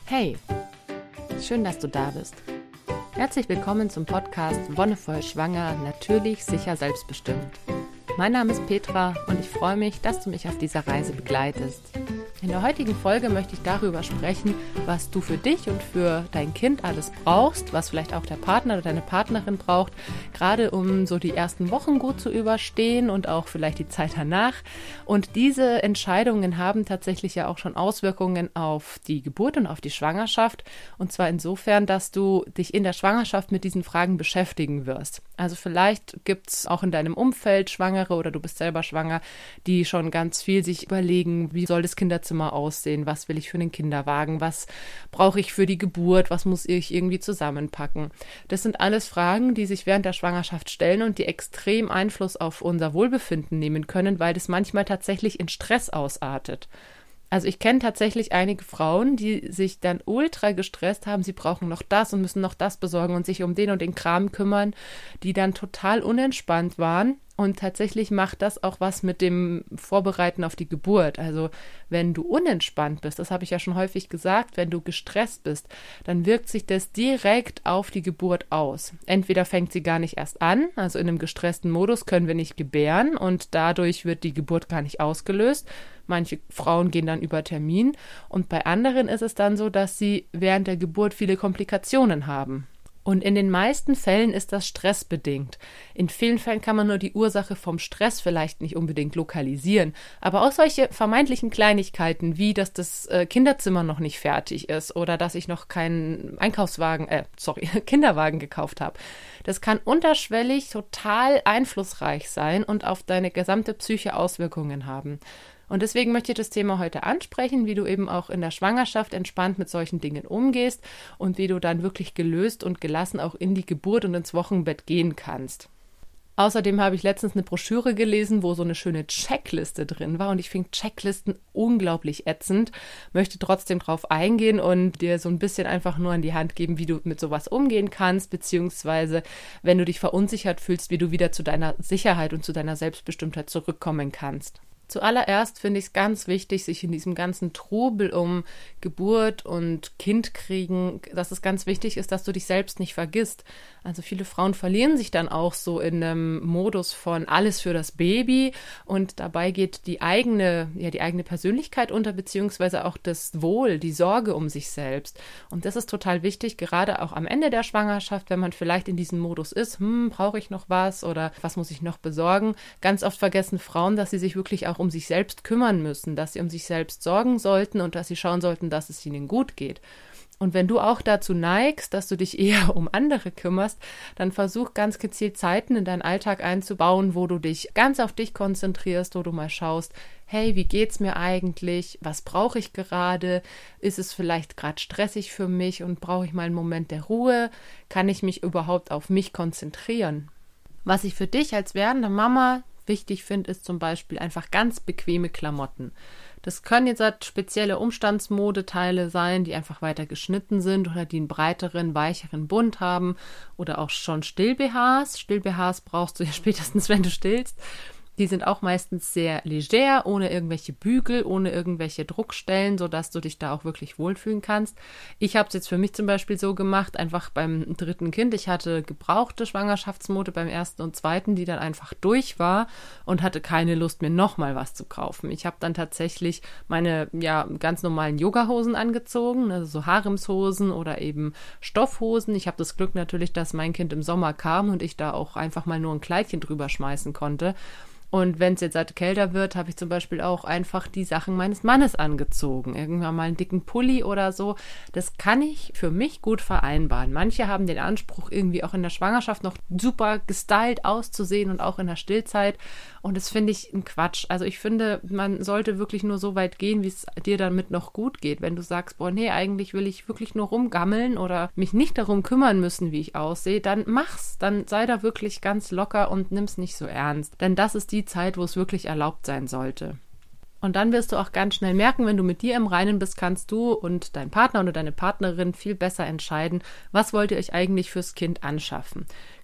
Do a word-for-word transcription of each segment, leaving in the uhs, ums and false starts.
Hey, schön, dass du da bist. Herzlich willkommen zum Podcast Wonnevoll Schwanger, natürlich, sicher, selbstbestimmt. Mein Name ist Petra und ich freue mich, dass du mich auf dieser Reise begleitest. In der heutigen Folge möchte ich darüber sprechen, was du für dich und für dein Kind alles brauchst, was vielleicht auch der Partner oder deine Partnerin braucht, gerade um so die ersten Wochen gut zu überstehen und auch vielleicht die Zeit danach. Und diese Entscheidungen haben tatsächlich ja auch schon Auswirkungen auf die Geburt und auf die Schwangerschaft. Und zwar insofern, dass du dich in der Schwangerschaft mit diesen Fragen beschäftigen wirst. Also vielleicht gibt es auch in deinem Umfeld Schwangere oder du bist selber schwanger, die schon ganz viel sich überlegen, wie soll das Kinderzimmer aussehen, was will ich für den Kinderwagen, was brauche ich für die Geburt, was muss ich irgendwie zusammenpacken. Das sind alles Fragen, die sich während der Schwangerschaft stellen und die extrem Einfluss auf unser Wohlbefinden nehmen können, weil das manchmal tatsächlich in Stress ausartet. Also ich kenne tatsächlich einige Frauen, die sich dann ultra gestresst haben, sie brauchen noch das und müssen noch das besorgen und sich um den und den Kram kümmern, die dann total unentspannt waren. Und tatsächlich macht das auch was mit dem Vorbereiten auf die Geburt. Also wenn du unentspannt bist, das habe ich ja schon häufig gesagt, wenn du gestresst bist, dann wirkt sich das direkt auf die Geburt aus. Entweder fängt sie gar nicht erst an, also in einem gestressten Modus können wir nicht gebären und dadurch wird die Geburt gar nicht ausgelöst. Manche Frauen gehen dann über Termin und bei anderen ist es dann so, dass sie während der Geburt viele Komplikationen haben. Und in den meisten Fällen ist das stressbedingt. In vielen Fällen kann man nur die Ursache vom Stress vielleicht nicht unbedingt lokalisieren. Aber auch solche vermeintlichen Kleinigkeiten, wie dass das Kinderzimmer noch nicht fertig ist oder dass ich noch keinen Einkaufswagen, äh, sorry, Kinderwagen gekauft habe. Das kann unterschwellig total einflussreich sein und auf deine gesamte Psyche Auswirkungen haben. Und deswegen möchte ich das Thema heute ansprechen, wie du eben auch in der Schwangerschaft entspannt mit solchen Dingen umgehst und wie du dann wirklich gelöst und gelassen auch in die Geburt und ins Wochenbett gehen kannst. Außerdem habe ich letztens eine Broschüre gelesen, wo so eine schöne Checkliste drin war und ich finde Checklisten unglaublich ätzend, möchte trotzdem drauf eingehen und dir so ein bisschen einfach nur an die Hand geben, wie du mit sowas umgehen kannst, beziehungsweise wenn du dich verunsichert fühlst, wie du wieder zu deiner Sicherheit und zu deiner Selbstbestimmtheit zurückkommen kannst. Zuallererst finde ich es ganz wichtig, sich in diesem ganzen Trubel um Geburt und Kind kriegen, dass es ganz wichtig ist, dass du dich selbst nicht vergisst. Also viele Frauen verlieren sich dann auch so in einem Modus von alles für das Baby und dabei geht die eigene, ja die eigene Persönlichkeit unter, beziehungsweise auch das Wohl, die Sorge um sich selbst. Und das ist total wichtig, gerade auch am Ende der Schwangerschaft, wenn man vielleicht in diesem Modus ist, hm, brauche ich noch was oder was muss ich noch besorgen? Ganz oft vergessen Frauen, dass sie sich wirklich auch um sich selbst kümmern müssen, dass sie um sich selbst sorgen sollten und dass sie schauen sollten, dass es ihnen gut geht. Und wenn du auch dazu neigst, dass du dich eher um andere kümmerst, dann versuch ganz gezielt Zeiten in deinen Alltag einzubauen, wo du dich ganz auf dich konzentrierst, wo du mal schaust, hey, wie geht's mir eigentlich? Was brauche ich gerade? Ist es vielleicht gerade stressig für mich und brauche ich mal einen Moment der Ruhe? Kann ich mich überhaupt auf mich konzentrieren? Was ich für dich als werdende Mama wichtig finde, ist zum Beispiel einfach ganz bequeme Klamotten. Das können jetzt halt spezielle Umstandsmodeteile sein, die einfach weiter geschnitten sind oder die einen breiteren, weicheren Bund haben oder auch schon Still-B Hs. Still-B Hs brauchst du ja spätestens, wenn du stillst. Die sind auch meistens sehr leger, ohne irgendwelche Bügel, ohne irgendwelche Druckstellen, sodass du dich da auch wirklich wohlfühlen kannst. Ich habe es jetzt für mich zum Beispiel so gemacht, einfach beim dritten Kind. Ich hatte gebrauchte Schwangerschaftsmode beim ersten und zweiten, die dann einfach durch war und hatte keine Lust, mir nochmal was zu kaufen. Ich habe dann tatsächlich meine ja ganz normalen Yogahosen angezogen, also so Haremshosen oder eben Stoffhosen. Ich habe das Glück natürlich, dass mein Kind im Sommer kam und ich da auch einfach mal nur ein Kleidchen drüber schmeißen konnte. Und wenn es jetzt halt kälter wird, habe ich zum Beispiel auch einfach die Sachen meines Mannes angezogen. Irgendwann mal einen dicken Pulli oder so. Das kann ich für mich gut vereinbaren. Manche haben den Anspruch, irgendwie auch in der Schwangerschaft noch super gestylt auszusehen und auch in der Stillzeit. Und das finde ich ein Quatsch. Also ich finde, man sollte wirklich nur so weit gehen, wie es dir damit noch gut geht. Wenn du sagst, boah, nee, eigentlich will ich wirklich nur rumgammeln oder mich nicht darum kümmern müssen, wie ich aussehe, dann mach's. Dann sei da wirklich ganz locker und nimm's nicht so ernst. Denn das ist die Zeit, wo es wirklich erlaubt sein sollte. Und dann wirst du auch ganz schnell merken, wenn du mit dir im Reinen bist, kannst du und dein Partner oder deine Partnerin viel besser entscheiden, was wollt ihr euch eigentlich fürs Kind anschaffen.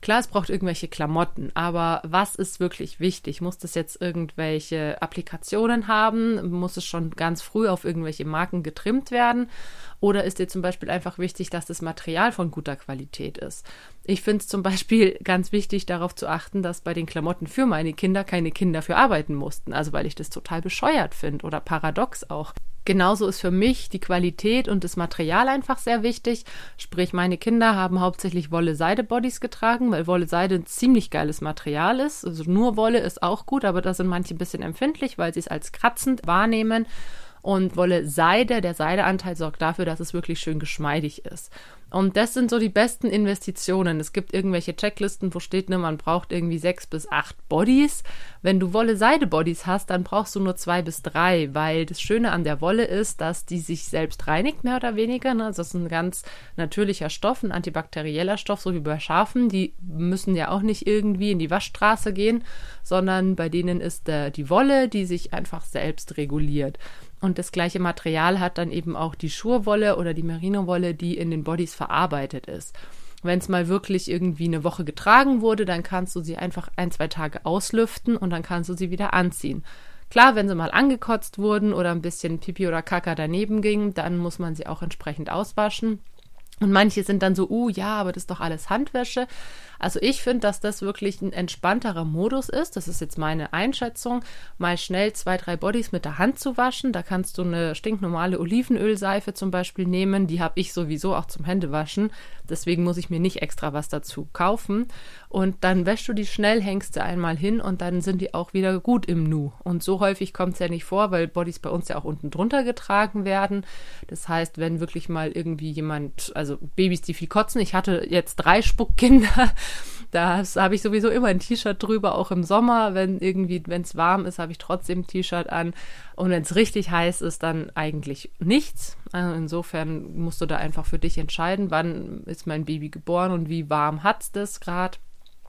Klar, es braucht irgendwelche Klamotten, aber was ist wirklich wichtig? Muss das jetzt irgendwelche Applikationen haben? Muss es schon ganz früh auf irgendwelche Marken getrimmt werden? Oder ist dir zum Beispiel einfach wichtig, dass das Material von guter Qualität ist? Ich finde es zum Beispiel ganz wichtig, darauf zu achten, dass bei den Klamotten für meine Kinder keine Kinder für arbeiten mussten. Also weil ich das total bescheuert finde oder paradox auch. Genauso ist für mich die Qualität und das Material einfach sehr wichtig. Sprich, meine Kinder haben hauptsächlich Wolle-Seide-Bodies getragen, weil Wolle-Seide ein ziemlich geiles Material ist. Also nur Wolle ist auch gut, aber da sind manche ein bisschen empfindlich, weil sie es als kratzend wahrnehmen. Und Wolle-Seide, der Seideanteil sorgt dafür, dass es wirklich schön geschmeidig ist. Und das sind so die besten Investitionen. Es gibt irgendwelche Checklisten, wo steht, ne, man braucht irgendwie sechs bis acht Bodies. Wenn du Wolle-Seide-Bodies hast, dann brauchst du nur zwei bis drei, weil das Schöne an der Wolle ist, dass die sich selbst reinigt, mehr oder weniger. Ne? Also das ist ein ganz natürlicher Stoff, ein antibakterieller Stoff, so wie bei Schafen. Die müssen ja auch nicht irgendwie in die Waschstraße gehen, sondern bei denen ist äh, die Wolle, die sich einfach selbst reguliert. Und das gleiche Material hat dann eben auch die Schurwolle oder die Merino-Wolle, die in den Bodies verarbeitet ist. Wenn es mal wirklich irgendwie eine Woche getragen wurde, dann kannst du sie einfach ein, zwei Tage auslüften und dann kannst du sie wieder anziehen. Klar, wenn sie mal angekotzt wurden oder ein bisschen Pipi oder Kaka daneben ging, dann muss man sie auch entsprechend auswaschen. Und manche sind dann so, uh, ja, aber das ist doch alles Handwäsche. Also ich finde, dass das wirklich ein entspannterer Modus ist. Das ist jetzt meine Einschätzung, mal schnell zwei, drei Bodies mit der Hand zu waschen. Da kannst du eine stinknormale Olivenölseife zum Beispiel nehmen. Die habe ich sowieso auch zum Händewaschen. Deswegen muss ich mir nicht extra was dazu kaufen. Und dann wäschst du die schnell, hängst sie einmal hin und dann sind die auch wieder gut im Nu. Und so häufig kommt es ja nicht vor, weil Bodies bei uns ja auch unten drunter getragen werden. Das heißt, wenn wirklich mal irgendwie jemand, also Babys, die viel kotzen, ich hatte jetzt drei Spuckkinder, da habe ich sowieso immer ein T-Shirt drüber, auch im Sommer, wenn irgendwie, wenn es warm ist, habe ich trotzdem ein T-Shirt an und wenn es richtig heiß ist, dann eigentlich nichts. Also insofern musst du da einfach für dich entscheiden, wann ist mein Baby geboren und wie warm hat es das gerade.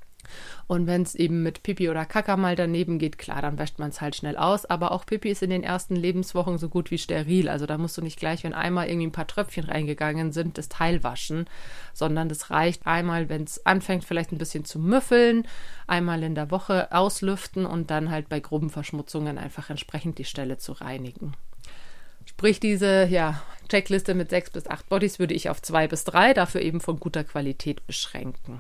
Und wenn es eben mit Pipi oder Kaka mal daneben geht, klar, dann wäscht man es halt schnell aus. Aber auch Pipi ist in den ersten Lebenswochen so gut wie steril. Also da musst du nicht gleich, wenn einmal irgendwie ein paar Tröpfchen reingegangen sind, das Teil waschen, sondern das reicht einmal, wenn es anfängt vielleicht ein bisschen zu müffeln, einmal in der Woche auslüften und dann halt bei groben Verschmutzungen einfach entsprechend die Stelle zu reinigen. Sprich, diese ja, Checkliste mit sechs bis acht Bodies würde ich auf zwei bis drei, dafür eben von guter Qualität beschränken.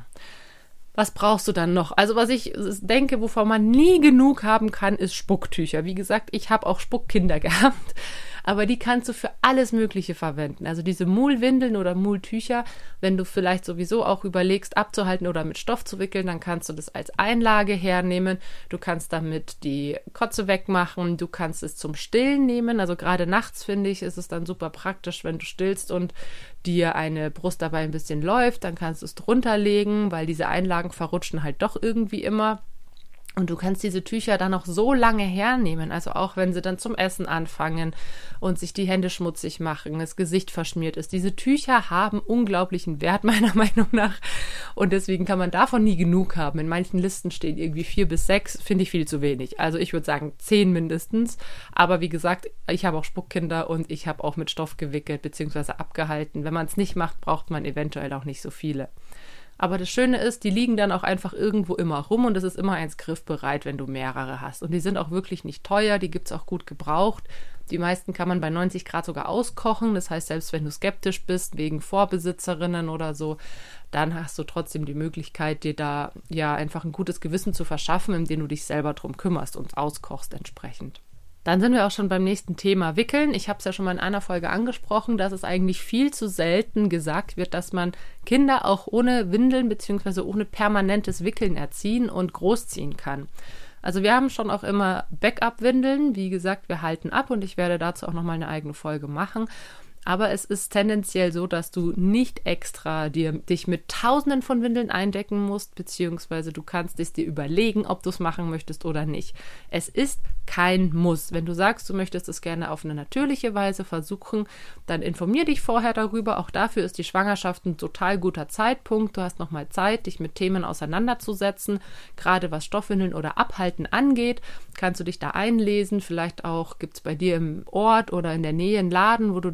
Was brauchst du dann noch? Also was ich denke, wovon man nie genug haben kann, ist Spucktücher. Wie gesagt, ich habe auch Spuckkinder gehabt, aber die kannst du für alles Mögliche verwenden. Also diese Mullwindeln oder Mulltücher, wenn du vielleicht sowieso auch überlegst, abzuhalten oder mit Stoff zu wickeln, dann kannst du das als Einlage hernehmen. Du kannst damit die Kotze wegmachen, du kannst es zum Stillen nehmen. Also gerade nachts, finde ich, ist es dann super praktisch, wenn du stillst und dir eine Brust dabei ein bisschen läuft, dann kannst du es drunter legen, weil diese Einlagen verrutschen halt doch irgendwie immer. Und du kannst diese Tücher dann auch so lange hernehmen, also auch wenn sie dann zum Essen anfangen und sich die Hände schmutzig machen, das Gesicht verschmiert ist. Diese Tücher haben unglaublichen Wert, meiner Meinung nach. Und deswegen kann man davon nie genug haben. In manchen Listen stehen irgendwie vier bis sechs, finde ich viel zu wenig. Also ich würde sagen zehn mindestens. Aber wie gesagt, ich habe auch Spuckkinder und ich habe auch mit Stoff gewickelt bzw. abgehalten. Wenn man es nicht macht, braucht man eventuell auch nicht so viele. Aber das Schöne ist, die liegen dann auch einfach irgendwo immer rum und es ist immer eins griffbereit, wenn du mehrere hast. Und die sind auch wirklich nicht teuer, die gibt es auch gut gebraucht. Die meisten kann man bei neunzig Grad sogar auskochen. Das heißt, selbst wenn du skeptisch bist, wegen Vorbesitzerinnen oder so, dann hast du trotzdem die Möglichkeit, dir da ja einfach ein gutes Gewissen zu verschaffen, indem du dich selber drum kümmerst und auskochst entsprechend. Dann sind wir auch schon beim nächsten Thema Wickeln. Ich habe es ja schon mal in einer Folge angesprochen, dass es eigentlich viel zu selten gesagt wird, dass man Kinder auch ohne Windeln bzw. ohne permanentes Wickeln erziehen und großziehen kann. Also wir haben schon auch immer Backup-Windeln. Wie gesagt, wir halten ab und ich werde dazu auch nochmal eine eigene Folge machen. Aber es ist tendenziell so, dass du nicht extra dir, dich mit Tausenden von Windeln eindecken musst, beziehungsweise du kannst es dir überlegen, ob du es machen möchtest oder nicht. Es ist kein Muss. Wenn du sagst, du möchtest es gerne auf eine natürliche Weise versuchen, dann informier dich vorher darüber. Auch dafür ist die Schwangerschaft ein total guter Zeitpunkt. Du hast nochmal Zeit, dich mit Themen auseinanderzusetzen. Gerade was Stoffwindeln oder Abhalten angeht, kannst du dich da einlesen. Vielleicht auch gibt es bei dir im Ort oder in der Nähe einen Laden, wo du dir diese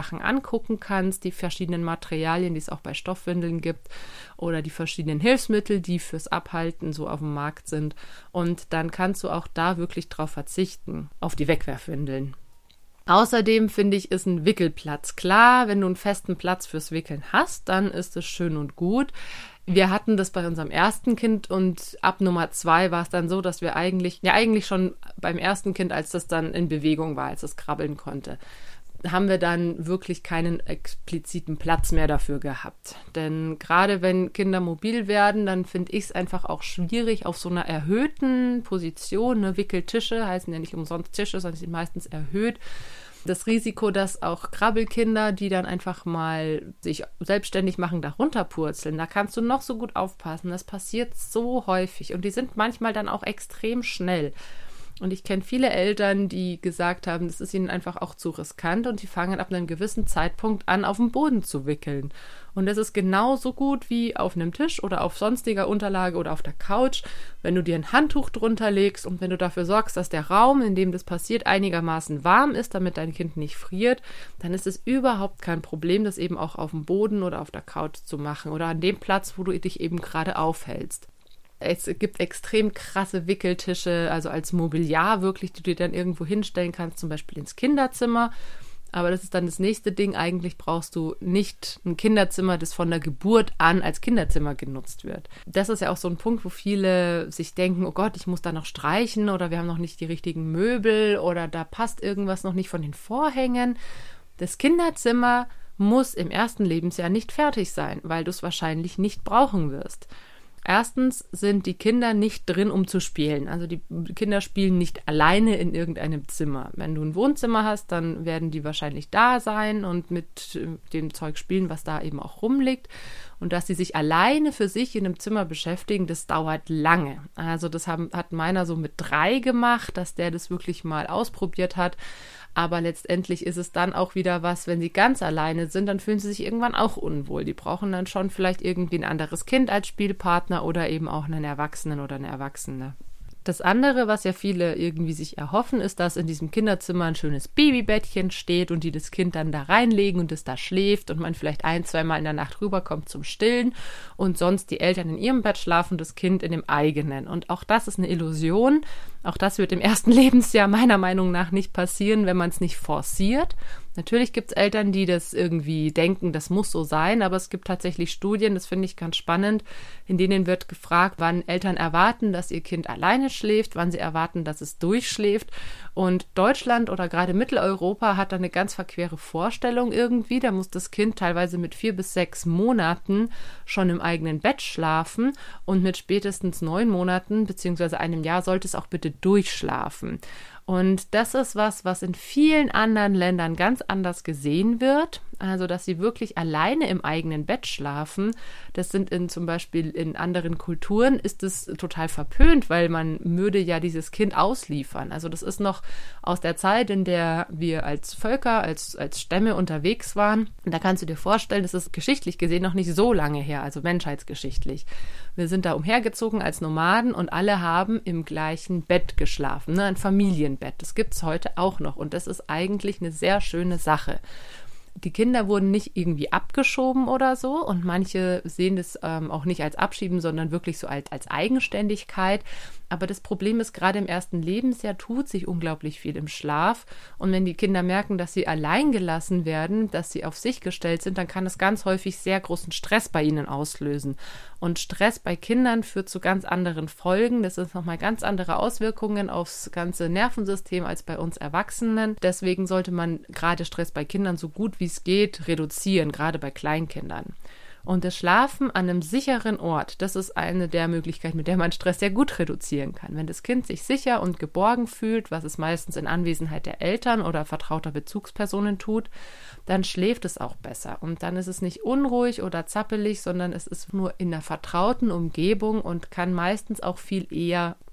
Sachen angucken kannst, die verschiedenen Materialien, die es auch bei Stoffwindeln gibt oder die verschiedenen Hilfsmittel, die fürs Abhalten so auf dem Markt sind. Und dann kannst du auch da wirklich drauf verzichten, auf die Wegwerfwindeln. Außerdem finde ich, ist ein Wickelplatz klar. Wenn du einen festen Platz fürs Wickeln hast, dann ist es schön und gut. Wir hatten das bei unserem ersten Kind und ab Nummer zwei war es dann so, dass wir eigentlich, ja eigentlich schon beim ersten Kind, als das dann in Bewegung war, als es krabbeln konnte, haben wir dann wirklich keinen expliziten Platz mehr dafür gehabt. Denn gerade wenn Kinder mobil werden, dann finde ich es einfach auch schwierig, auf so einer erhöhten Position, ne, Wickeltische heißen ja nicht umsonst Tische, sondern sind meistens erhöht. Das Risiko, dass auch Krabbelkinder, die dann einfach mal sich selbstständig machen, da runterpurzeln, da kannst du noch so gut aufpassen. Das passiert so häufig und die sind manchmal dann auch extrem schnell. Und ich kenne viele Eltern, die gesagt haben, das ist ihnen einfach auch zu riskant und die fangen ab einem gewissen Zeitpunkt an, auf dem Boden zu wickeln. Und das ist genauso gut wie auf einem Tisch oder auf sonstiger Unterlage oder auf der Couch, wenn du dir ein Handtuch drunter legst und wenn du dafür sorgst, dass der Raum, in dem das passiert, einigermaßen warm ist, damit dein Kind nicht friert, dann ist es überhaupt kein Problem, das eben auch auf dem Boden oder auf der Couch zu machen oder an dem Platz, wo du dich eben gerade aufhältst. Es gibt extrem krasse Wickeltische, also als Mobiliar wirklich, die du dir dann irgendwo hinstellen kannst, zum Beispiel ins Kinderzimmer. Aber das ist dann das nächste Ding. Eigentlich brauchst du nicht ein Kinderzimmer, das von der Geburt an als Kinderzimmer genutzt wird. Das ist ja auch so ein Punkt, wo viele sich denken, oh Gott, ich muss da noch streichen oder wir haben noch nicht die richtigen Möbel oder da passt irgendwas noch nicht von den Vorhängen. Das Kinderzimmer muss im ersten Lebensjahr nicht fertig sein, weil du es wahrscheinlich nicht brauchen wirst. Erstens sind die Kinder nicht drin, um zu spielen. Also die Kinder spielen nicht alleine in irgendeinem Zimmer. Wenn du ein Wohnzimmer hast, dann werden die wahrscheinlich da sein und mit dem Zeug spielen, was da eben auch rumliegt. Und dass sie sich alleine für sich in einem Zimmer beschäftigen, das dauert lange. Also das haben, hat meiner so mit drei gemacht, dass der das wirklich mal ausprobiert hat. Aber letztendlich ist es dann auch wieder was, wenn sie ganz alleine sind, dann fühlen sie sich irgendwann auch unwohl. Die brauchen dann schon vielleicht irgendwie ein anderes Kind als Spielpartner oder eben auch einen Erwachsenen oder eine Erwachsene. Das andere, was ja viele irgendwie sich erhoffen, ist, dass in diesem Kinderzimmer ein schönes Babybettchen steht und die das Kind dann da reinlegen und es da schläft und man vielleicht ein, zweimal in der Nacht rüberkommt zum Stillen und sonst die Eltern in ihrem Bett schlafen, das Kind in dem eigenen. Und auch das ist eine Illusion. Auch das wird im ersten Lebensjahr meiner Meinung nach nicht passieren, wenn man es nicht forciert. Natürlich gibt es Eltern, die das irgendwie denken, das muss so sein, aber es gibt tatsächlich Studien, das finde ich ganz spannend, in denen wird gefragt, wann Eltern erwarten, dass ihr Kind alleine schläft, wann sie erwarten, dass es durchschläft. Und Deutschland oder gerade Mitteleuropa hat da eine ganz verquere Vorstellung irgendwie. Da muss das Kind teilweise mit vier bis sechs Monaten schon im eigenen Bett schlafen und mit spätestens neun Monaten beziehungsweise einem Jahr sollte es auch bitte durchschlafen. Und das ist was, was in vielen anderen Ländern ganz anders gesehen wird. Also, dass sie wirklich alleine im eigenen Bett schlafen. Das sind in zum Beispiel in anderen Kulturen ist es total verpönt, weil man würde ja dieses Kind ausliefern. Also, das ist noch aus der Zeit, in der wir als Völker, als, als Stämme unterwegs waren. Und da kannst du dir vorstellen, das ist geschichtlich gesehen noch nicht so lange her, also menschheitsgeschichtlich. Wir sind da umhergezogen als Nomaden und alle haben im gleichen Bett geschlafen, ne? Ein Familienbett. Das gibt es heute auch noch und das ist eigentlich eine sehr schöne Sache. Die Kinder wurden nicht irgendwie abgeschoben oder so und manche sehen das ähm, auch nicht als Abschieben, sondern wirklich so als, als Eigenständigkeit. Aber das Problem ist, gerade im ersten Lebensjahr tut sich unglaublich viel im Schlaf und wenn die Kinder merken, dass sie allein gelassen werden, dass sie auf sich gestellt sind, dann kann das ganz häufig sehr großen Stress bei ihnen auslösen. Und Stress bei Kindern führt zu ganz anderen Folgen. Das sind nochmal ganz andere Auswirkungen aufs ganze Nervensystem als bei uns Erwachsenen. Deswegen sollte man gerade Stress bei Kindern so gut wie es geht reduzieren, gerade bei Kleinkindern. Und das Schlafen an einem sicheren Ort, das ist eine der Möglichkeiten, mit der man Stress sehr gut reduzieren kann. Wenn das Kind sich sicher und geborgen fühlt, was es meistens in Anwesenheit der Eltern oder vertrauter Bezugspersonen tut, dann schläft es auch besser. Und dann ist es nicht unruhig oder zappelig, sondern es ist nur in einer vertrauten Umgebung und kann meistens auch viel eher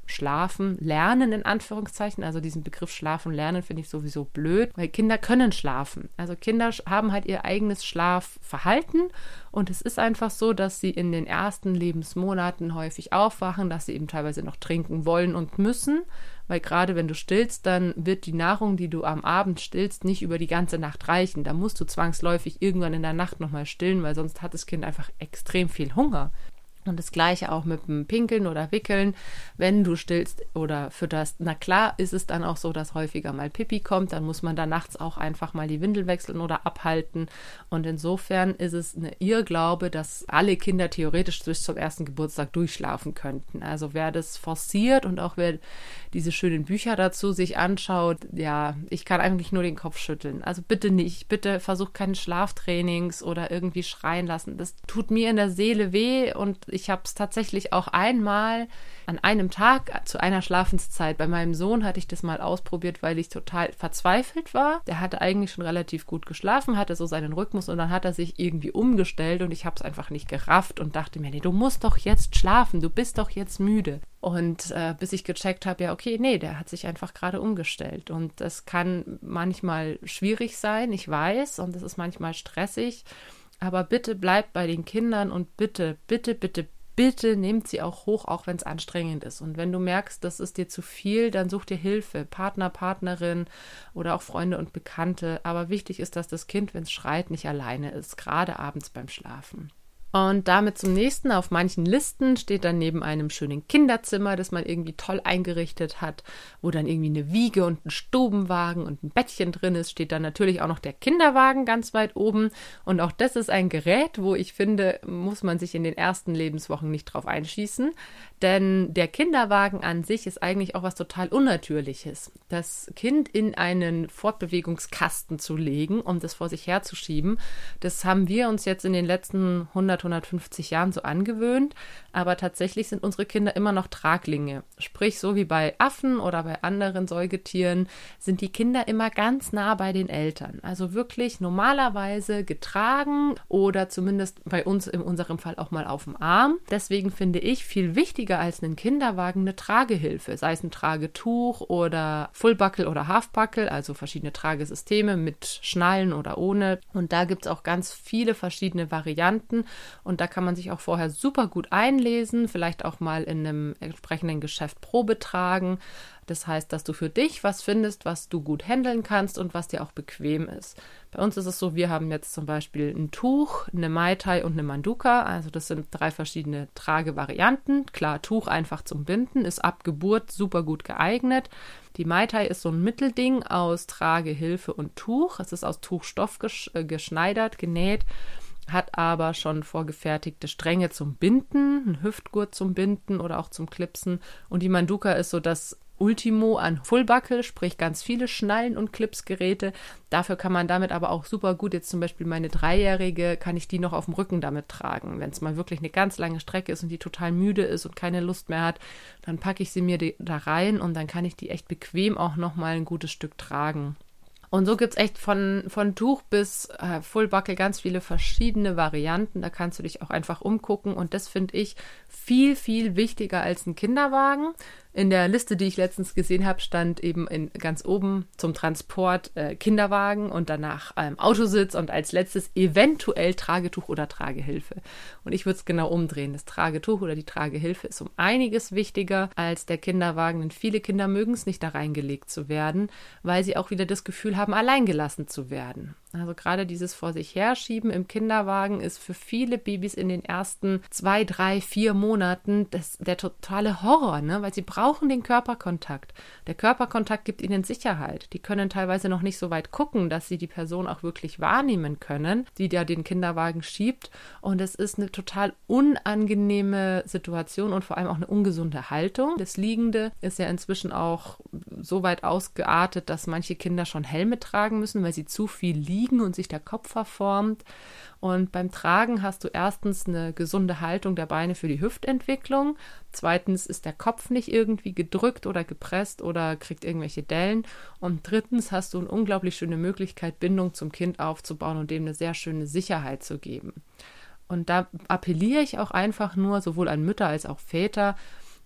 Schlafen lernen, in Anführungszeichen. Also diesen Begriff Schlafen lernen finde ich sowieso blöd, weil Kinder können schlafen. Also Kinder haben halt ihr eigenes Schlafverhalten und es ist einfach so, dass sie in den ersten Lebensmonaten häufig aufwachen, dass sie eben teilweise noch trinken wollen und müssen, weil gerade wenn du stillst, dann wird die Nahrung, die du am Abend stillst, nicht über die ganze Nacht reichen. Da musst du zwangsläufig irgendwann in der Nacht nochmal stillen, weil sonst hat das Kind einfach extrem viel Hunger. Und das Gleiche auch mit dem Pinkeln oder Wickeln, wenn du stillst oder fütterst. Na klar ist es dann auch so, dass häufiger mal Pipi kommt, dann muss man da nachts auch einfach mal die Windel wechseln oder abhalten. Und insofern ist es eine Irrglaube, dass alle Kinder theoretisch bis zum ersten Geburtstag durchschlafen könnten. Also wer das forciert und auch wer diese schönen Bücher dazu sich anschaut, ja, ich kann eigentlich nur den Kopf schütteln. Also bitte nicht, bitte versuch keine Schlaftrainings oder irgendwie schreien lassen. Das tut mir in der Seele weh und ich habe es tatsächlich auch einmal an einem Tag zu einer Schlafenszeit. Bei meinem Sohn hatte ich das mal ausprobiert, weil ich total verzweifelt war. Der hatte eigentlich schon relativ gut geschlafen, hatte so seinen Rhythmus und dann hat er sich irgendwie umgestellt und ich habe es einfach nicht gerafft und dachte mir, nee, du musst doch jetzt schlafen, du bist doch jetzt müde. Und äh, bis ich gecheckt habe, ja okay, nee, der hat sich einfach gerade umgestellt und das kann manchmal schwierig sein, ich weiß, und es ist manchmal stressig, aber bitte bleibt bei den Kindern und bitte, bitte, bitte, bitte nehmt sie auch hoch, auch wenn es anstrengend ist. Und wenn du merkst, das ist dir zu viel, dann such dir Hilfe, Partner, Partnerin oder auch Freunde und Bekannte. Aber wichtig ist, dass das Kind, wenn es schreit, nicht alleine ist, gerade abends beim Schlafen. Und damit zum nächsten. Auf manchen Listen steht dann neben einem schönen Kinderzimmer, das man irgendwie toll eingerichtet hat, wo dann irgendwie eine Wiege und ein Stubenwagen und ein Bettchen drin ist, steht dann natürlich auch noch der Kinderwagen ganz weit oben. Und auch das ist ein Gerät, wo ich finde, muss man sich in den ersten Lebenswochen nicht drauf einschießen. Denn der Kinderwagen an sich ist eigentlich auch was total Unnatürliches. Das Kind in einen Fortbewegungskasten zu legen, um das vor sich herzuschieben, das haben wir uns jetzt in den letzten hundert, hundertfünfzig Jahren so angewöhnt, aber tatsächlich sind unsere Kinder immer noch Traglinge. Sprich, so wie bei Affen oder bei anderen Säugetieren sind die Kinder immer ganz nah bei den Eltern. Also wirklich normalerweise getragen oder zumindest bei uns in unserem Fall auch mal auf dem Arm. Deswegen finde ich viel wichtiger als einen Kinderwagen eine Tragehilfe, sei es ein Tragetuch oder Fullbuckle oder Halfbuckle, also verschiedene Tragesysteme mit Schnallen oder ohne. Und da gibt es auch ganz viele verschiedene Varianten. Und da kann man sich auch vorher super gut einlesen, vielleicht auch mal in einem entsprechenden Geschäft Probe tragen. Das heißt, dass du für dich was findest, was du gut handeln kannst und was dir auch bequem ist. Bei uns ist es so, wir haben jetzt zum Beispiel ein Tuch, eine Mai Tai und eine Manduka. Also das sind drei verschiedene Tragevarianten. Klar, Tuch einfach zum Binden, ist ab Geburt super gut geeignet. Die Mai Tai ist so ein Mittelding aus Tragehilfe und Tuch. Es ist aus Tuchstoff gesch- äh, geschneidert, genäht, hat aber schon vorgefertigte Stränge zum Binden, ein Hüftgurt zum Binden oder auch zum Clipsen. Und die Manduka ist so das Ultimo an Fullbuckle, sprich ganz viele Schnallen- und Clipsgeräte. Dafür kann man damit aber auch super gut, jetzt zum Beispiel meine Dreijährige, kann ich die noch auf dem Rücken damit tragen. Wenn es mal wirklich eine ganz lange Strecke ist und die total müde ist und keine Lust mehr hat, dann packe ich sie mir die, da rein und dann kann ich die echt bequem auch nochmal ein gutes Stück tragen. Und so gibt es echt von, von Tuch bis äh, Fullbuckle ganz viele verschiedene Varianten. Da kannst du dich auch einfach umgucken. Und das finde ich viel, viel wichtiger als ein Kinderwagen. In der Liste, die ich letztens gesehen habe, stand eben in, ganz oben zum Transport äh, Kinderwagen und danach ähm, Autositz und als letztes eventuell Tragetuch oder Tragehilfe. Und ich würde es genau umdrehen. Das Tragetuch oder die Tragehilfe ist um einiges wichtiger als der Kinderwagen, denn viele Kinder mögen es nicht, da reingelegt zu werden, weil sie auch wieder das Gefühl haben, allein gelassen zu werden. Also gerade dieses vor sich herschieben im Kinderwagen ist für viele Babys in den ersten zwei, drei, vier Monaten das, der totale Horror, ne? Weil sie brauchen den Körperkontakt. Der Körperkontakt gibt ihnen Sicherheit. Die können teilweise noch nicht so weit gucken, dass sie die Person auch wirklich wahrnehmen können, die da den Kinderwagen schiebt. Und es ist eine total unangenehme Situation und vor allem auch eine ungesunde Haltung. Das Liegende ist ja inzwischen auch so weit ausgeartet, dass manche Kinder schon Helme tragen müssen, weil sie zu viel liegen und sich der Kopf verformt. Und beim Tragen hast du erstens eine gesunde Haltung der Beine für die Hüftentwicklung. Zweitens ist der Kopf nicht irgendwie gedrückt oder gepresst oder kriegt irgendwelche Dellen. Und drittens hast du eine unglaublich schöne Möglichkeit, Bindung zum Kind aufzubauen und dem eine sehr schöne Sicherheit zu geben. Und da appelliere ich auch einfach nur sowohl an Mütter als auch Väter,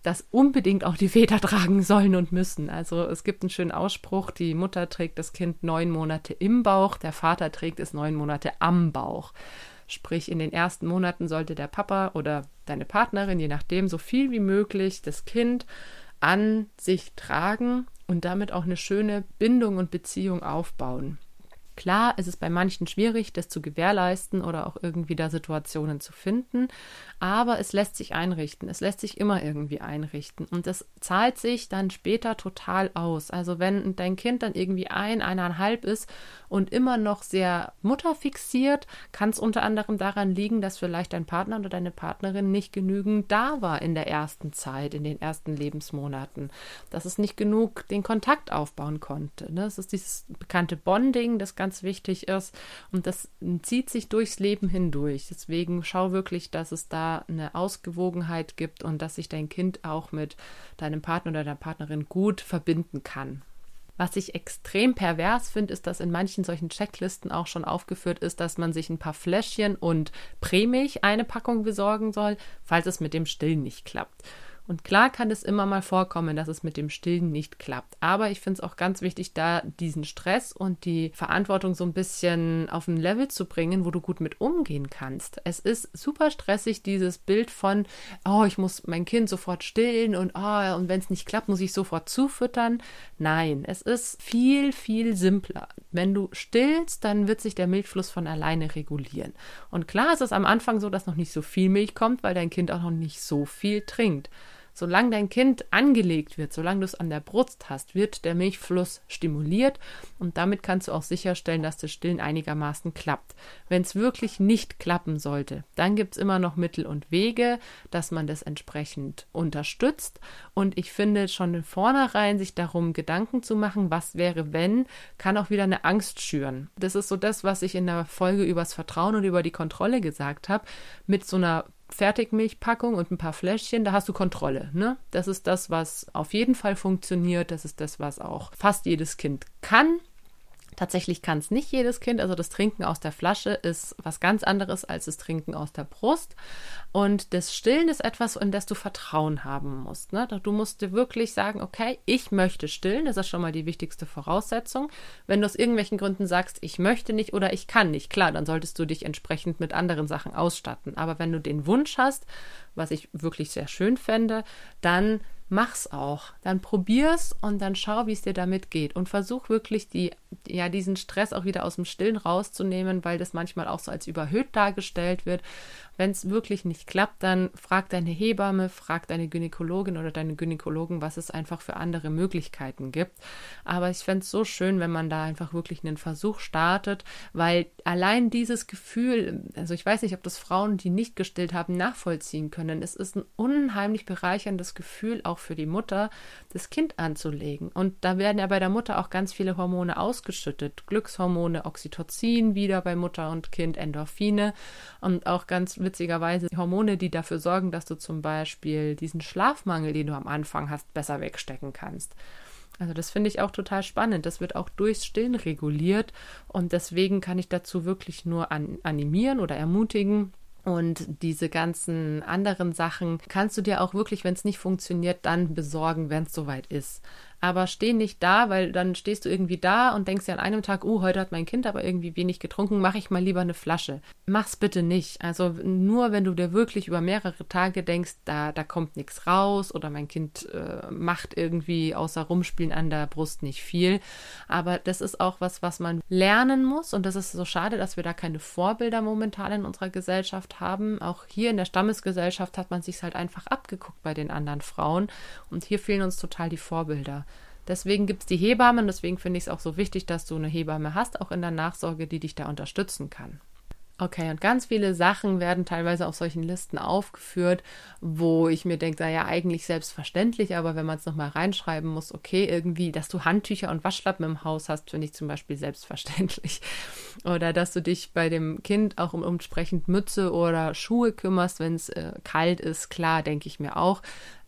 das unbedingt auch die Väter tragen sollen und müssen. Also es gibt einen schönen Ausspruch, die Mutter trägt das Kind neun Monate im Bauch, der Vater trägt es neun Monate am Bauch. Sprich, in den ersten Monaten sollte der Papa oder deine Partnerin, je nachdem, so viel wie möglich das Kind an sich tragen und damit auch eine schöne Bindung und Beziehung aufbauen. Klar, es ist bei manchen schwierig, das zu gewährleisten oder auch irgendwie da Situationen zu finden, aber es lässt sich einrichten. Es lässt sich immer irgendwie einrichten und das zahlt sich dann später total aus. Also wenn dein Kind dann irgendwie ein, eineinhalb ist und immer noch sehr mutterfixiert, kann es unter anderem daran liegen, dass vielleicht dein Partner oder deine Partnerin nicht genügend da war in der ersten Zeit, in den ersten Lebensmonaten, dass es nicht genug den Kontakt aufbauen konnte. Das ist dieses bekannte Bonding, das ganz wichtig ist und das zieht sich durchs Leben hindurch. Deswegen schau wirklich, dass es da eine Ausgewogenheit gibt und dass sich dein Kind auch mit deinem Partner oder deiner Partnerin gut verbinden kann. Was ich extrem pervers finde, ist, dass in manchen solchen Checklisten auch schon aufgeführt ist, dass man sich ein paar Fläschchen und Prämilch eine Packung besorgen soll, falls es mit dem Stillen nicht klappt. Und klar kann es immer mal vorkommen, dass es mit dem Stillen nicht klappt. Aber ich finde es auch ganz wichtig, da diesen Stress und die Verantwortung so ein bisschen auf ein Level zu bringen, wo du gut mit umgehen kannst. Es ist super stressig, dieses Bild von, oh, ich muss mein Kind sofort stillen und, oh, und wenn es nicht klappt, muss ich sofort zufüttern. Nein, es ist viel, viel simpler. Wenn du stillst, dann wird sich der Milchfluss von alleine regulieren. Und klar ist es am Anfang so, dass noch nicht so viel Milch kommt, weil dein Kind auch noch nicht so viel trinkt. Solange dein Kind angelegt wird, solange du es an der Brust hast, wird der Milchfluss stimuliert und damit kannst du auch sicherstellen, dass das Stillen einigermaßen klappt. Wenn es wirklich nicht klappen sollte, dann gibt es immer noch Mittel und Wege, dass man das entsprechend unterstützt und ich finde schon in vornherein sich darum Gedanken zu machen, was wäre wenn, kann auch wieder eine Angst schüren. Das ist so das, was ich in der Folge übers Vertrauen und über die Kontrolle gesagt habe, mit so einer Fertigmilchpackung und ein paar Fläschchen, da hast du Kontrolle, ne? Das ist das, was auf jeden Fall funktioniert. Das ist das, was auch fast jedes Kind kann. Tatsächlich kann es nicht jedes Kind, also das Trinken aus der Flasche ist was ganz anderes als das Trinken aus der Brust und das Stillen ist etwas, in das du Vertrauen haben musst. Ne? Du musst dir wirklich sagen, okay, ich möchte stillen, das ist schon mal die wichtigste Voraussetzung. Wenn du aus irgendwelchen Gründen sagst, ich möchte nicht oder ich kann nicht, klar, dann solltest du dich entsprechend mit anderen Sachen ausstatten. Aber wenn du den Wunsch hast, was ich wirklich sehr schön fände, dann mach's auch. Dann probier's und dann schau, wie es dir damit geht. Und versuch wirklich, die, ja, diesen Stress auch wieder aus dem Stillen rauszunehmen, weil das manchmal auch so als überhöht dargestellt wird. Wenn es wirklich nicht klappt, dann frag deine Hebamme, frag deine Gynäkologin oder deine Gynäkologen, was es einfach für andere Möglichkeiten gibt. Aber ich fände es so schön, wenn man da einfach wirklich einen Versuch startet, weil allein dieses Gefühl, also ich weiß nicht, ob das Frauen, die nicht gestillt haben, nachvollziehen können. Es ist ein unheimlich bereicherndes Gefühl, auch für die Mutter, das Kind anzulegen. Und da werden ja bei der Mutter auch ganz viele Hormone ausgeschüttet. Glückshormone, Oxytocin wieder bei Mutter und Kind, Endorphine und auch ganz witzigerweise Hormone, die dafür sorgen, dass du zum Beispiel diesen Schlafmangel, den du am Anfang hast, besser wegstecken kannst. Also das finde ich auch total spannend. Das wird auch durchs Stillen reguliert und deswegen kann ich dazu wirklich nur an, animieren oder ermutigen. Und diese ganzen anderen Sachen kannst du dir auch wirklich, wenn es nicht funktioniert, dann besorgen, wenn es soweit ist. Aber steh nicht da, weil dann stehst du irgendwie da und denkst dir an einem Tag, oh, heute hat mein Kind aber irgendwie wenig getrunken, mache ich mal lieber eine Flasche. Mach's bitte nicht. Also nur, wenn du dir wirklich über mehrere Tage denkst, da, da kommt nichts raus oder mein Kind äh, macht irgendwie außer Rumspielen an der Brust nicht viel. Aber das ist auch was, was man lernen muss und das ist so schade, dass wir da keine Vorbilder momentan in unserer Gesellschaft haben. Auch hier in der Stammesgesellschaft hat man sich's halt einfach abgeguckt bei den anderen Frauen und hier fehlen uns total die Vorbilder. Deswegen gibt es die Hebammen, deswegen finde ich es auch so wichtig, dass du eine Hebamme hast, auch in der Nachsorge, die dich da unterstützen kann. Okay, und ganz viele Sachen werden teilweise auf solchen Listen aufgeführt, wo ich mir denke, naja, eigentlich selbstverständlich, aber wenn man es nochmal reinschreiben muss, okay, irgendwie, dass du Handtücher und Waschlappen im Haus hast, finde ich zum Beispiel selbstverständlich. Oder dass du dich bei dem Kind auch um entsprechend Mütze oder Schuhe kümmerst, wenn es äh, kalt ist, klar, denke ich mir auch.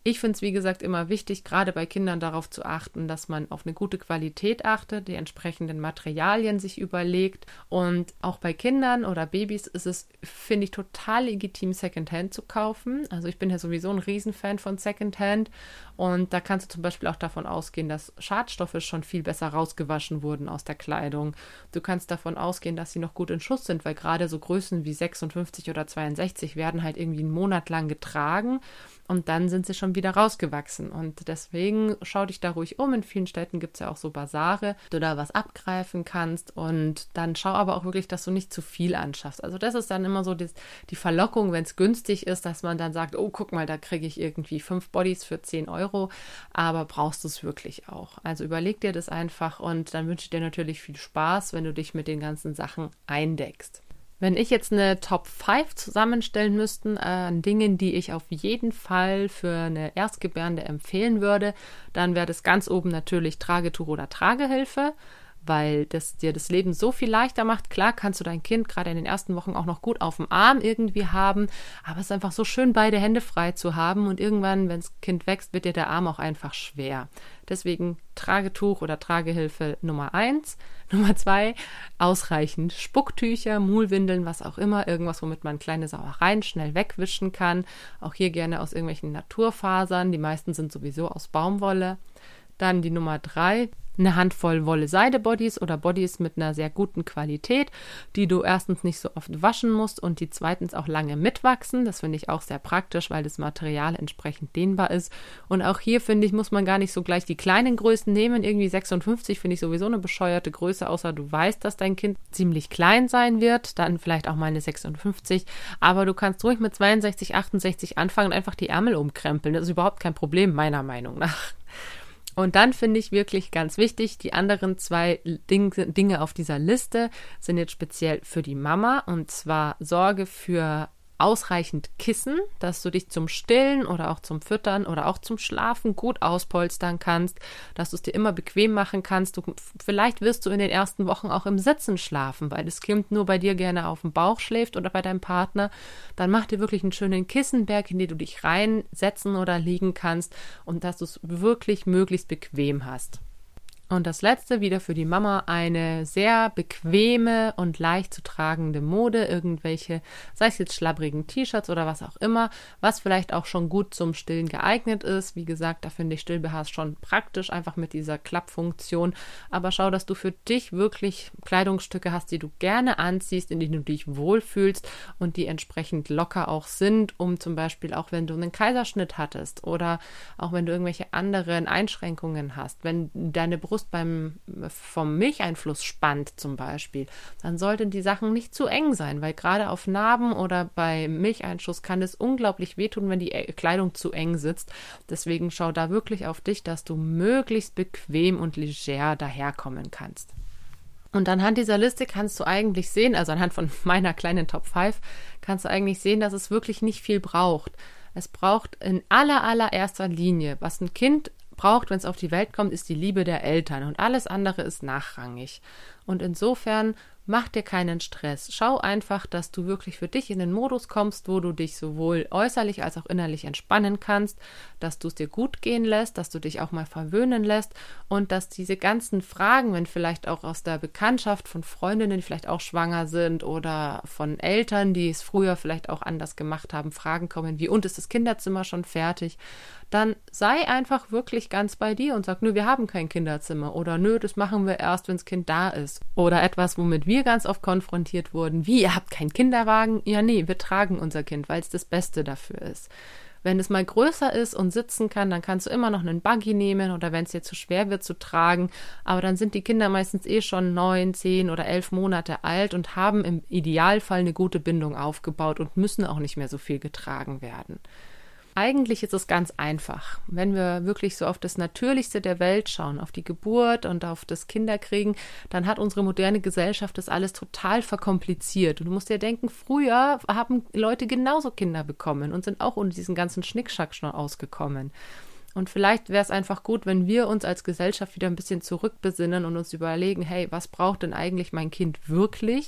Ich finde es, wie gesagt, immer wichtig, gerade bei Kindern darauf zu achten, dass man auf eine gute Qualität achtet, die entsprechenden Materialien sich überlegt. Und auch bei Kindern oder Babys ist es, finde ich, total legitim, Secondhand zu kaufen. Also ich bin ja sowieso ein Riesenfan von Secondhand. Und da kannst du zum Beispiel auch davon ausgehen, dass Schadstoffe schon viel besser rausgewaschen wurden aus der Kleidung. Du kannst davon ausgehen, dass sie noch gut in Schuss sind, weil gerade so Größen wie sechsundfünfzig oder zweiundsechzig werden halt irgendwie einen Monat lang getragen und dann sind sie schon wieder rausgewachsen. Und deswegen schau dich da ruhig um. In vielen Städten gibt es ja auch so Basare, wo du da was abgreifen kannst. Und dann schau aber auch wirklich, dass du nicht zu viel anschaffst. Also das ist dann immer so die, die Verlockung, wenn es günstig ist, dass man dann sagt, oh, guck mal, da kriege ich irgendwie fünf Bodies für zehn Euro. Aber brauchst du es wirklich auch? Also überleg dir das einfach und dann wünsche ich dir natürlich viel Spaß, wenn du dich mit den ganzen Sachen eindeckst. Wenn ich jetzt eine Top fünf zusammenstellen müsste an Dingen, die ich auf jeden Fall für eine Erstgebärende empfehlen würde, dann wäre das ganz oben natürlich Tragetuch oder Tragehilfe, weil das dir das Leben so viel leichter macht. Klar kannst du dein Kind gerade in den ersten Wochen auch noch gut auf dem Arm irgendwie haben, aber es ist einfach so schön, beide Hände frei zu haben und irgendwann, wenn das Kind wächst, wird dir der Arm auch einfach schwer. Deswegen Tragetuch oder Tragehilfe Nummer eins. Nummer zwei, ausreichend Spucktücher, Mullwindeln, was auch immer, irgendwas, womit man kleine Sauereien schnell wegwischen kann. Auch hier gerne aus irgendwelchen Naturfasern, die meisten sind sowieso aus Baumwolle. Dann die Nummer drei, eine Handvoll Wolle-Seide-Bodies oder Bodies mit einer sehr guten Qualität, die du erstens nicht so oft waschen musst und die zweitens auch lange mitwachsen. Das finde ich auch sehr praktisch, weil das Material entsprechend dehnbar ist. Und auch hier, finde ich, muss man gar nicht so gleich die kleinen Größen nehmen. Irgendwie sechsundfünfzig finde ich sowieso eine bescheuerte Größe, außer du weißt, dass dein Kind ziemlich klein sein wird. Dann vielleicht auch mal eine sechsundfünfzig. Aber du kannst ruhig mit zweiundsechzig, achtundsechzig anfangen und einfach die Ärmel umkrempeln. Das ist überhaupt kein Problem, meiner Meinung nach. Und dann finde ich wirklich ganz wichtig, die anderen zwei Ding, Dinge auf dieser Liste sind jetzt speziell für die Mama, und zwar Sorge für ausreichend Kissen, dass du dich zum Stillen oder auch zum Füttern oder auch zum Schlafen gut auspolstern kannst, dass du es dir immer bequem machen kannst. Du, vielleicht wirst du in den ersten Wochen auch im Sitzen schlafen, weil das Kind nur bei dir gerne auf dem Bauch schläft oder bei deinem Partner. Dann mach dir wirklich einen schönen Kissenberg, in den du dich reinsetzen oder liegen kannst und dass du es wirklich möglichst bequem hast. Und das letzte, wieder für die Mama, eine sehr bequeme und leicht zu tragende Mode, irgendwelche, sei es jetzt schlabbrigen T-Shirts oder was auch immer, was vielleicht auch schon gut zum Stillen geeignet ist. Wie gesagt, da finde ich Still B Hs schon praktisch, einfach mit dieser Klappfunktion. Aber schau, dass du für dich wirklich Kleidungsstücke hast, die du gerne anziehst, in denen du dich wohlfühlst und die entsprechend locker auch sind, um zum Beispiel auch, wenn du einen Kaiserschnitt hattest oder auch wenn du irgendwelche anderen Einschränkungen hast, wenn deine Brust beim vom Milcheinfluss spannt zum Beispiel, dann sollten die Sachen nicht zu eng sein, weil gerade auf Narben oder bei Milcheinschuss kann es unglaublich wehtun, wenn die Kleidung zu eng sitzt. Deswegen schau da wirklich auf dich, dass du möglichst bequem und leger daherkommen kannst. Und anhand dieser Liste kannst du eigentlich sehen, also anhand von meiner kleinen Top fünf, kannst du eigentlich sehen, dass es wirklich nicht viel braucht. Es braucht in aller, allererster Linie, was ein Kind braucht, wenn es auf die Welt kommt, ist die Liebe der Eltern und alles andere ist nachrangig. Und insofern mach dir keinen Stress. Schau einfach, dass du wirklich für dich in den Modus kommst, wo du dich sowohl äußerlich als auch innerlich entspannen kannst, dass du es dir gut gehen lässt, dass du dich auch mal verwöhnen lässt und dass diese ganzen Fragen, wenn vielleicht auch aus der Bekanntschaft von Freundinnen, die vielleicht auch schwanger sind oder von Eltern, die es früher vielleicht auch anders gemacht haben, Fragen kommen wie, und ist das Kinderzimmer schon fertig? Dann sei einfach wirklich ganz bei dir und sag, nö, wir haben kein Kinderzimmer oder nö, das machen wir erst, wenn das Kind da ist. Oder etwas, womit wir ganz oft konfrontiert wurden, wie, ihr habt keinen Kinderwagen? Ja, nee, wir tragen unser Kind, weil es das Beste dafür ist. Wenn es mal größer ist und sitzen kann, dann kannst du immer noch einen Buggy nehmen oder wenn es dir zu schwer wird zu tragen, aber dann sind die Kinder meistens eh schon neun, zehn oder elf Monate alt und haben im Idealfall eine gute Bindung aufgebaut und müssen auch nicht mehr so viel getragen werden. Eigentlich ist es ganz einfach. Wenn wir wirklich so auf das Natürlichste der Welt schauen, auf die Geburt und auf das Kinderkriegen, dann hat unsere moderne Gesellschaft das alles total verkompliziert. Und du musst dir denken, früher haben Leute genauso Kinder bekommen und sind auch ohne diesen ganzen Schnickschnack schon ausgekommen. Und vielleicht wäre es einfach gut, wenn wir uns als Gesellschaft wieder ein bisschen zurückbesinnen und uns überlegen, hey, was braucht denn eigentlich mein Kind wirklich?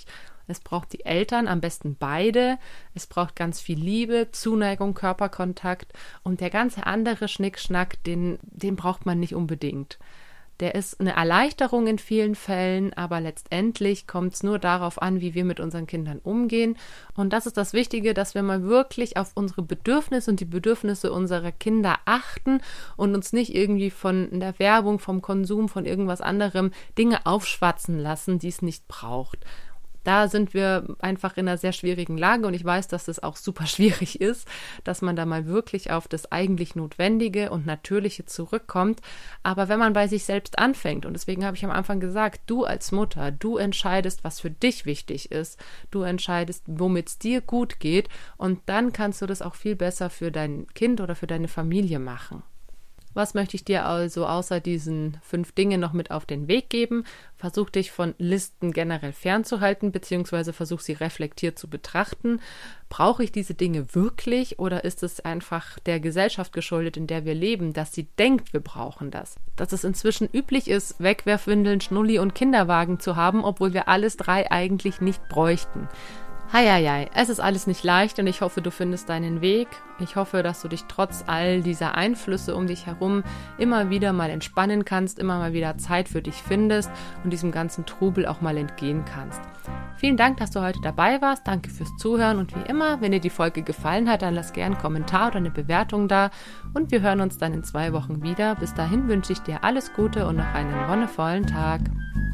Es braucht die Eltern, am besten beide. Es braucht ganz viel Liebe, Zuneigung, Körperkontakt und der ganze andere Schnickschnack, den, den braucht man nicht unbedingt. Der ist eine Erleichterung in vielen Fällen, aber letztendlich kommt es nur darauf an, wie wir mit unseren Kindern umgehen. Und das ist das Wichtige, dass wir mal wirklich auf unsere Bedürfnisse und die Bedürfnisse unserer Kinder achten und uns nicht irgendwie von der Werbung, vom Konsum, von irgendwas anderem Dinge aufschwatzen lassen, die es nicht braucht. Da sind wir einfach in einer sehr schwierigen Lage und ich weiß, dass das auch super schwierig ist, dass man da mal wirklich auf das eigentlich Notwendige und Natürliche zurückkommt. Aber wenn man bei sich selbst anfängt, und deswegen habe ich am Anfang gesagt, du als Mutter, du entscheidest, was für dich wichtig ist, du entscheidest, womit es dir gut geht und dann kannst du das auch viel besser für dein Kind oder für deine Familie machen. Was möchte ich dir also außer diesen fünf Dingen noch mit auf den Weg geben? Versuch dich von Listen generell fernzuhalten, beziehungsweise versuch sie reflektiert zu betrachten. Brauche ich diese Dinge wirklich oder ist es einfach der Gesellschaft geschuldet, in der wir leben, dass sie denkt, wir brauchen das? Dass es inzwischen üblich ist, Wegwerfwindeln, Schnulli und Kinderwagen zu haben, obwohl wir alles drei eigentlich nicht bräuchten. Heieiei, es ist alles nicht leicht und ich hoffe, du findest deinen Weg. Ich hoffe, dass du dich trotz all dieser Einflüsse um dich herum immer wieder mal entspannen kannst, immer mal wieder Zeit für dich findest und diesem ganzen Trubel auch mal entgehen kannst. Vielen Dank, dass du heute dabei warst. Danke fürs Zuhören und wie immer, wenn dir die Folge gefallen hat, dann lass gerne einen Kommentar oder eine Bewertung da und wir hören uns dann in zwei Wochen wieder. Bis dahin wünsche ich dir alles Gute und noch einen wonnevollen Tag.